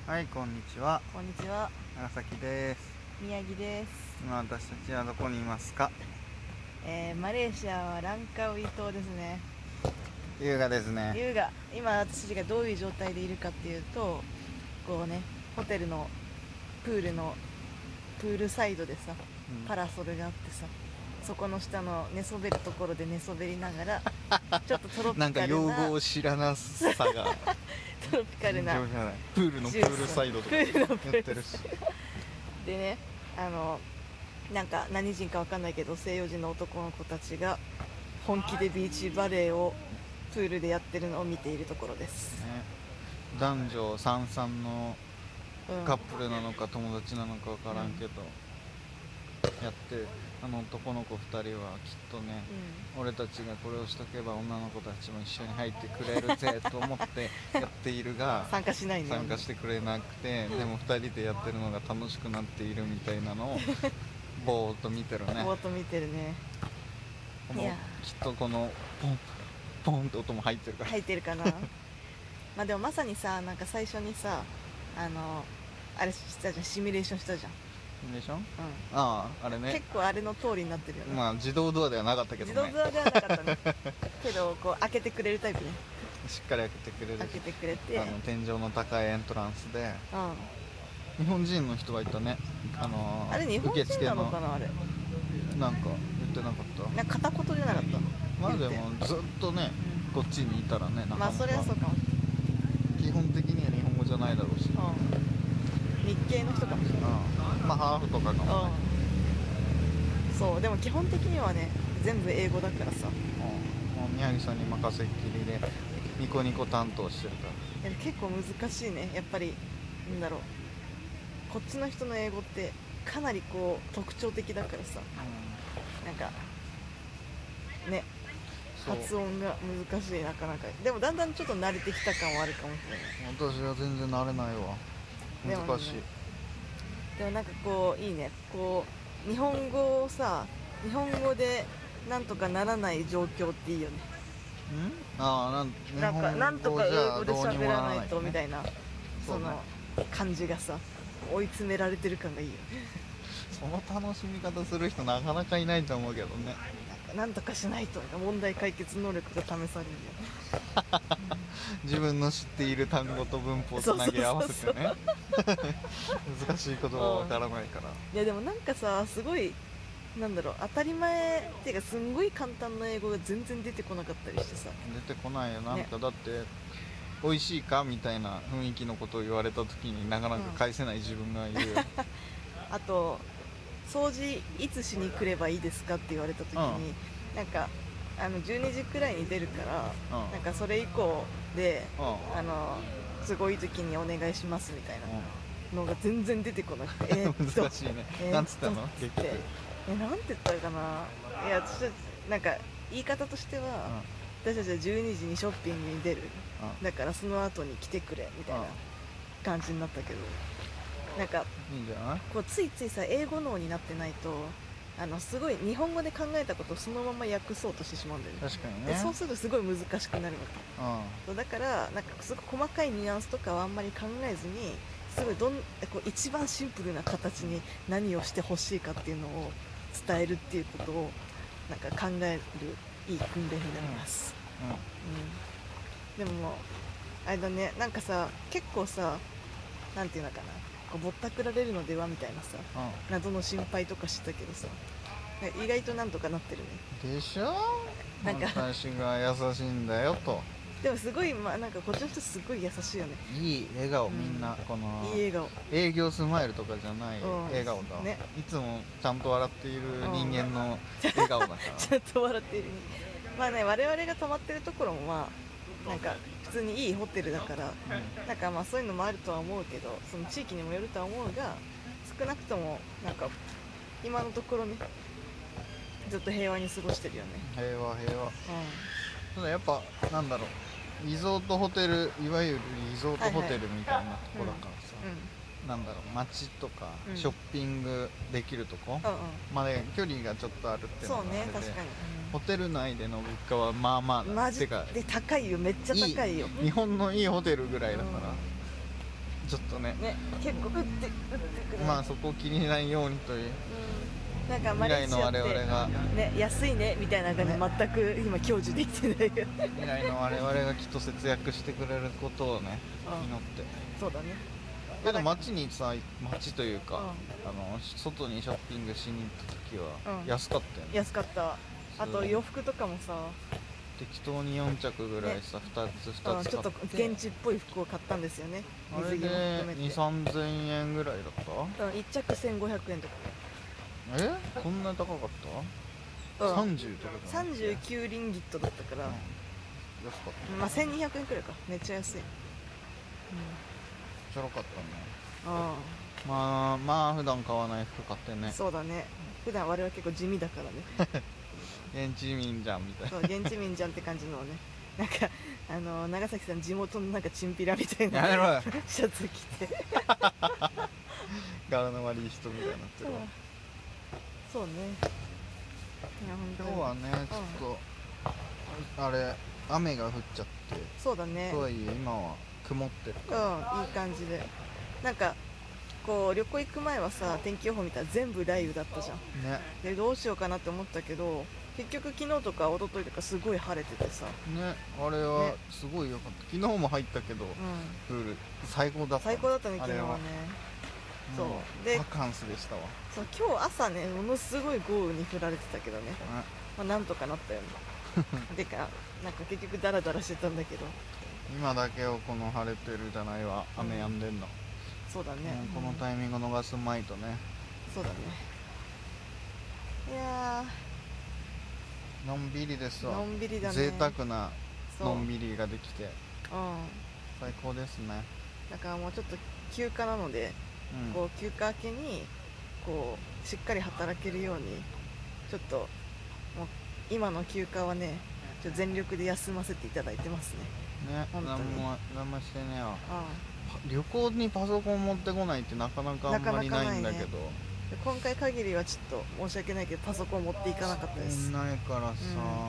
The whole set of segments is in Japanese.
はい、こんにちは。 こんにちは。 長崎です。 宮城です。 今私たちはどこにいますか？ マレーシアはランカウイ島ですね。 優雅ですね。 優雅。今私たちがどういう状態でいるかっていうと、こうね、ホテルのプールサイドでさ、パラソルがあってさ、そこの下の寝そべるところで寝そべりながらちょっとトロピカルななんか用語を知らなさがトロピカルなプールのプールサイドとかプールのプールやってるしでね、なんか何人かわかんないけど西洋人の男の子たちが本気でビーチバレーをプールでやってるのを見ているところです、 ね、男女三々のうん、 カップルなのか友達なのかわからんけど、やって男の子2人はきっとね、俺たちがこれをしとけば女の子たちも一緒に入ってくれるぜと思ってやっているが参加しないね。 参加してくれなくて、でも2人でやってるのが楽しくなっているみたいなのをぼーっと見てるね。 ぼーっと見てるね。 きっとこのポンポンって音も入ってるから入ってるかなまあでもまさにさ、なんか最初にさあれしたじゃん、シミュレーションしたじゃん。 シミュレーション、 うん、 あれね、 結構あれの通りになってるよね。 まあ自動ドアではなかったけどね。 自動ドアではなかったねけどこう開けてくれるタイプね。 しっかり開けてくれるし、 開けてくれて、 天井の高いエントランスで、 うん、 日本人の人がいたね。 あれ日本人なのかな、あれなんか言ってなかった。 なんか片言じゃなかった。 まあでもずっとね、こっちにいたらね、なかなかまあそれはそうかも。 基本的には日本語じゃないだろうし、 日系の人かもしれない。 まあハーフとかかもね。 そうでも基本的にはね全部英語だからさ、 もう宮城さんに任せっきりでニコニコ担当してるかいや結構難しいね、やっぱり。なんだろう、こっちの人の英語ってかなりこう特徴的だからさ、なんかね、発音が難しい。なかなかでもだんだんちょっと慣れてきた感はあるかもしれない。 私は全然慣れないわ。難しい。 でもなんかこういいね、こう日本語をさ、日本語でなんとかならない状況っていいよね。なんとか英語で喋らないとみたいな、その感じがさ、追い詰められてる感がいいよ。 その楽しみ方する人なかなかいないと思うけどね。 なんとかしないと問題解決能力が試されるよ自分の知っている単語と文法をつなぎ合わせてね難しい言葉はわからないから。 いやでもなんかさ、すごいなんだろう、当たり前っていうかすんごい簡単な英語が全然出てこなかったりしてさ。 出てこないよ。なんかだって美味しいかみたいな雰囲気のことを言われた時になかなか返せない自分がいるよ、 あと掃除いつしに来ればいいですかって言われた時に、なんか12時くらいに出るから、なんかそれ以降で、すごい時にお願いしますみたいなのが全然出てこなくて、 難しいね。なんつったの結局。 なんて言ったかな。いや私なんか言い方としては、私たちは12時にショッピングに出る、だからその後に来てくれみたいな感じになったけど、なんかいいんじゃない？ こうついついさ、英語脳になってないとすごい日本語で考えたことをそのまま訳そうとしてしまうんだよね。 確かにね。 でそうするとすごい難しくなるわけ。だからなんかすごく細かいニュアンスとかはあんまり考えずに、すごいこう一番シンプルな形に何をしてほしいかっていうのを伝えるっていうことをなんか考えるいい訓練になります。でもあれだね、なんかさ、結構さ、なんていうのかな、こうぼったくられるのではみたいなさ、謎の心配とかしてたけどさ、意外となんとかなってるね。 でしょ。 なんか私が優しいんだよと。 でもすごい、なんかこっちの人すごい優しいよね。 いい笑顔、みんなこのいい笑顔、 営業スマイルとかじゃない笑顔だ、ね、いつもちゃんと笑っている人間の笑顔だからちゃんと笑っている。まあね、我々が泊まってるところもなんか普通にいいホテルだから、なんかまあそういうのもあるとは思うけど、その地域にもよるとは思うが、少なくともなんか今のところね、ずっと平和に過ごしてるよね。 平和、ただやっぱなんだろう、リゾートホテル、いわゆるリゾートホテルみたいなところだからさ、なんだろう、街とかショッピングできるとこまで距離がちょっとあるっていうのがあれで、確かに、ホテル内での物価はまあまあだ。 マジで高いよ、めっちゃ高いよ。 日本のいいホテルぐらいだから、 ちょっとね結構打ってくる、 まあそこを気にしないようにという、 なんかマレーシアって未来の我々がね安いねみたいな感じで全く今享受できてないよ未来の我々がきっと節約してくれることをね祈って。 そうだね。 けど街にさ、街というか、 う外にショッピングしに行った時はうん安かったよね、 安かった。あと洋服とかもさ、 適当に4着ぐらいさ、2つちょっと買って現地っぽい服を買ったんですよね。 あれで水着も含めて 2、3000円ぐらいだった 1着1500円とか、 こんな高かった、 うん、 30とかじゃなくて 39リンギットだったから、 安かったまあ1200円くらいか。めっちゃ安い。 ちょろかったね。 あまあ普段買わない服買ってね。 そうだね。普段我々結構地味だからね現地民じゃんみたいそう現地民じゃんって感じのね、なんか長崎さん地元のなんかチンピラみたいななやめろよシャツ着て柄の悪い人みたいになってるわ。 そうね。いや本当に今日はねちょっとあれ雨が降っちゃって、 そうだね。 とはいえ今は曇ってるいい感じで、なんかこう旅行行く前はさ天気予報見たら全部雷雨だったじゃん。 ね。 でどうしようかなって思ったけど、結局昨日とか一昨日とかすごい晴れててさ、 ね、あれはすごい良かった。昨日も入ったけど、プール最高だった。 最高だったね昨日はね。そうでバカンスでしたわ。 そう今日朝ねものすごい豪雨に降られてたけどね、まあ、なんとかなったよねでかなんか結局ダラダラしてたんだけど、 今だけをこの晴れてるじゃないわ、雨止んでんの。 そうだね、 このタイミング逃すまいとね。 そうだね。いやのんびりですわ。 のんびりだね。 贅沢なそうのんびりができてうん最高ですね。 だからもうちょっと休暇なので、こう休暇明けにこうしっかり働けるようにちょっともう今の休暇はねちょっと全力で休ませていただいてますね。 ね、 本当に何もしてねえわ。 う旅行にパソコン持ってこないってなかなかあんまりないんだけど、 ん、今回限りはちょっと申し訳ないけどパソコン持っていかなかったです。 ないからさ、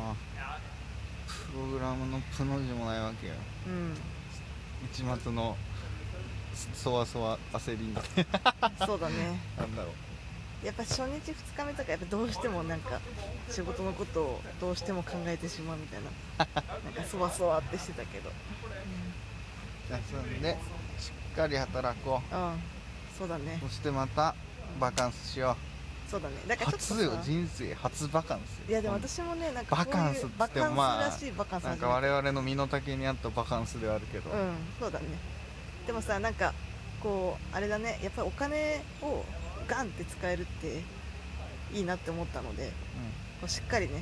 プログラムのプの字もないわけよ。一末のそわそわ焦りそうだねなんだろう、 やっぱ初日2日目とかやっぱどうしてもなんか仕事のことをどうしても考えてしまうみたいななんかそわそわってしてたけど、 休んでしっかり働こう。 そうだね。 そしてまたバカンスしよそうだね。だからちょっとさ初よ、人生初バカンスよ。 いやでも私もねなんかバカンスっつってもまあバカンスらしいバカンスなんか我々の身の丈に合ったバカンスではあるけど、 そうだね。でもさなんかこうあれだね、やっぱりお金をガンって使えるっていいなって思ったので、こうしっかりね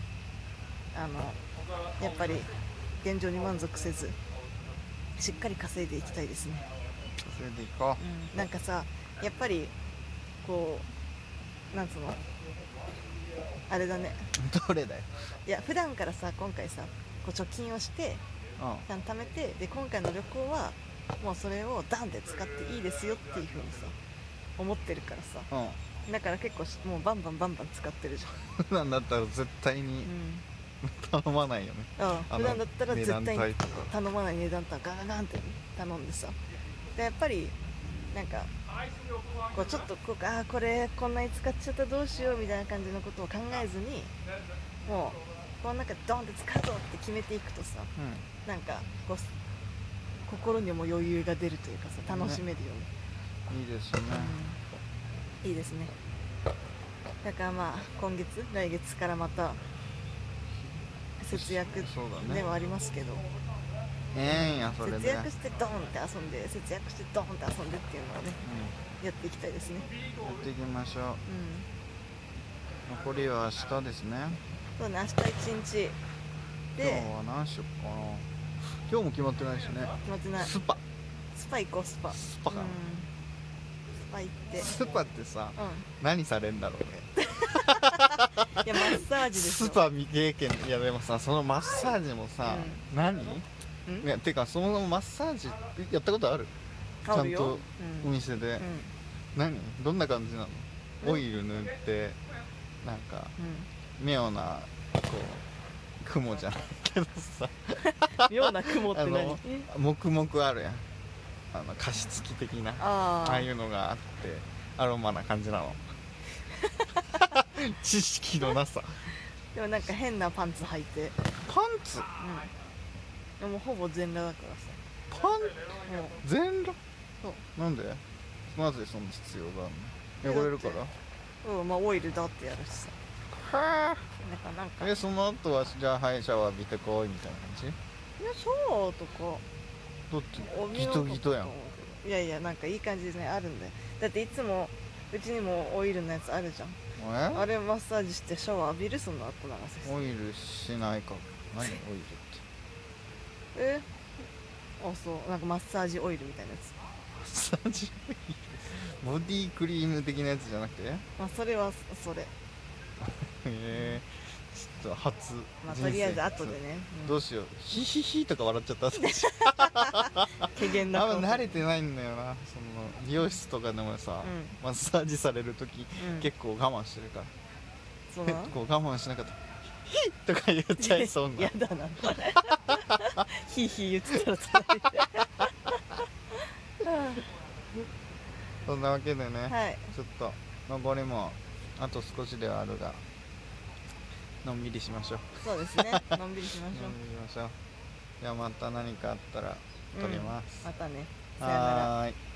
やっぱり現状に満足せずしっかり稼いでいきたいですね。 それでいこなんかさやっぱりこうなんつうのあれだね、 う。どれだよ。 いや普段からさ今回さこう貯金をして貯めて、で今回の旅行はもうそれをダンで使っていいですよっていう風にさ思ってるからさ、だから結構もうバンバン使ってるじ普段だったら絶対にゃん。 頼まないよね。 普段だったら絶対に値段帯とか頼まない値段とかガンガンって頼んでさ、でやっぱりなんかこうちょっとこうこれこんなに使っちゃったどうしようみたいな感じのことを考えずにもうこの中でドンって使うぞって決めていくとさ、なんかこう心にも余裕が出るというかさ楽しめるよね。 いいですね。 いいですね。だからまあ今月来月からまた節約ではありますけど、 それで節約してドーンって遊んで節約してドーンって遊んでっていうのをね、やっていきたいですね。 やっていきましょう。残りは明日ですね。 そうね、明日一日で今日は何しよっかな。今日も決まってないしね。 決まってない。 スパ行こう。スパかな。スパ行って。 スパってさ、何されんだろうね。 いやマッサージですよ。 スパ未経験。いやでもさ、そのマッサージもさ、何？いやてかそもそもマッサージやったことある？ちゃんとお店で。何？どんな感じなの？オイル塗ってなんか妙なこう雲じゃないけどさ。 妙な雲って何？ 黙々あるやん。 加湿器的なああいうのがあってアロマな感じなの知識のなさ。 でもなんか変なパンツ履いて、 パンツでもほぼ全裸だからさ。 パンもう全裸そうなんでなぜその必要があるの？汚れるからまあオイルだってやるしさ。 はなんかその後はじゃあはいシャワー浴びてこいみたいな感じ？ いやシャワーとかだってお見ギトギトやん。 いやいや、なんかいい感じですね、あるんだよ。だっていつもうちにもオイルのやつあるじゃん。あれマッサージしてシャワー浴びる、その後流せ。 オイルしないか。何オイルってあ、そうなんかマッサージオイルみたいなやつ。 マッサージオイルボディクリーム的なやつじゃなくて？ まあそれはそれ。 へえちょっと初まあとりあえず後でね、 どうしようヒヒヒとか笑っちゃった怪げなあんま慣れてないんだよな。その美容室とかでもさ、マッサージされるとき、結構我慢してるから、 そうなの？ 結構我慢しなかったらヒッとか言っちゃいそうな。 やだなヒーヒー言ってたら隣でそんなわけでね、 はいちょっと残りもあと少しではあるがのんびりしましょう。 そうですね、のんびりしましょう。 のんびりしましょう。じゃあまた何かあったら撮ります、 またね、さよなら。 はーい。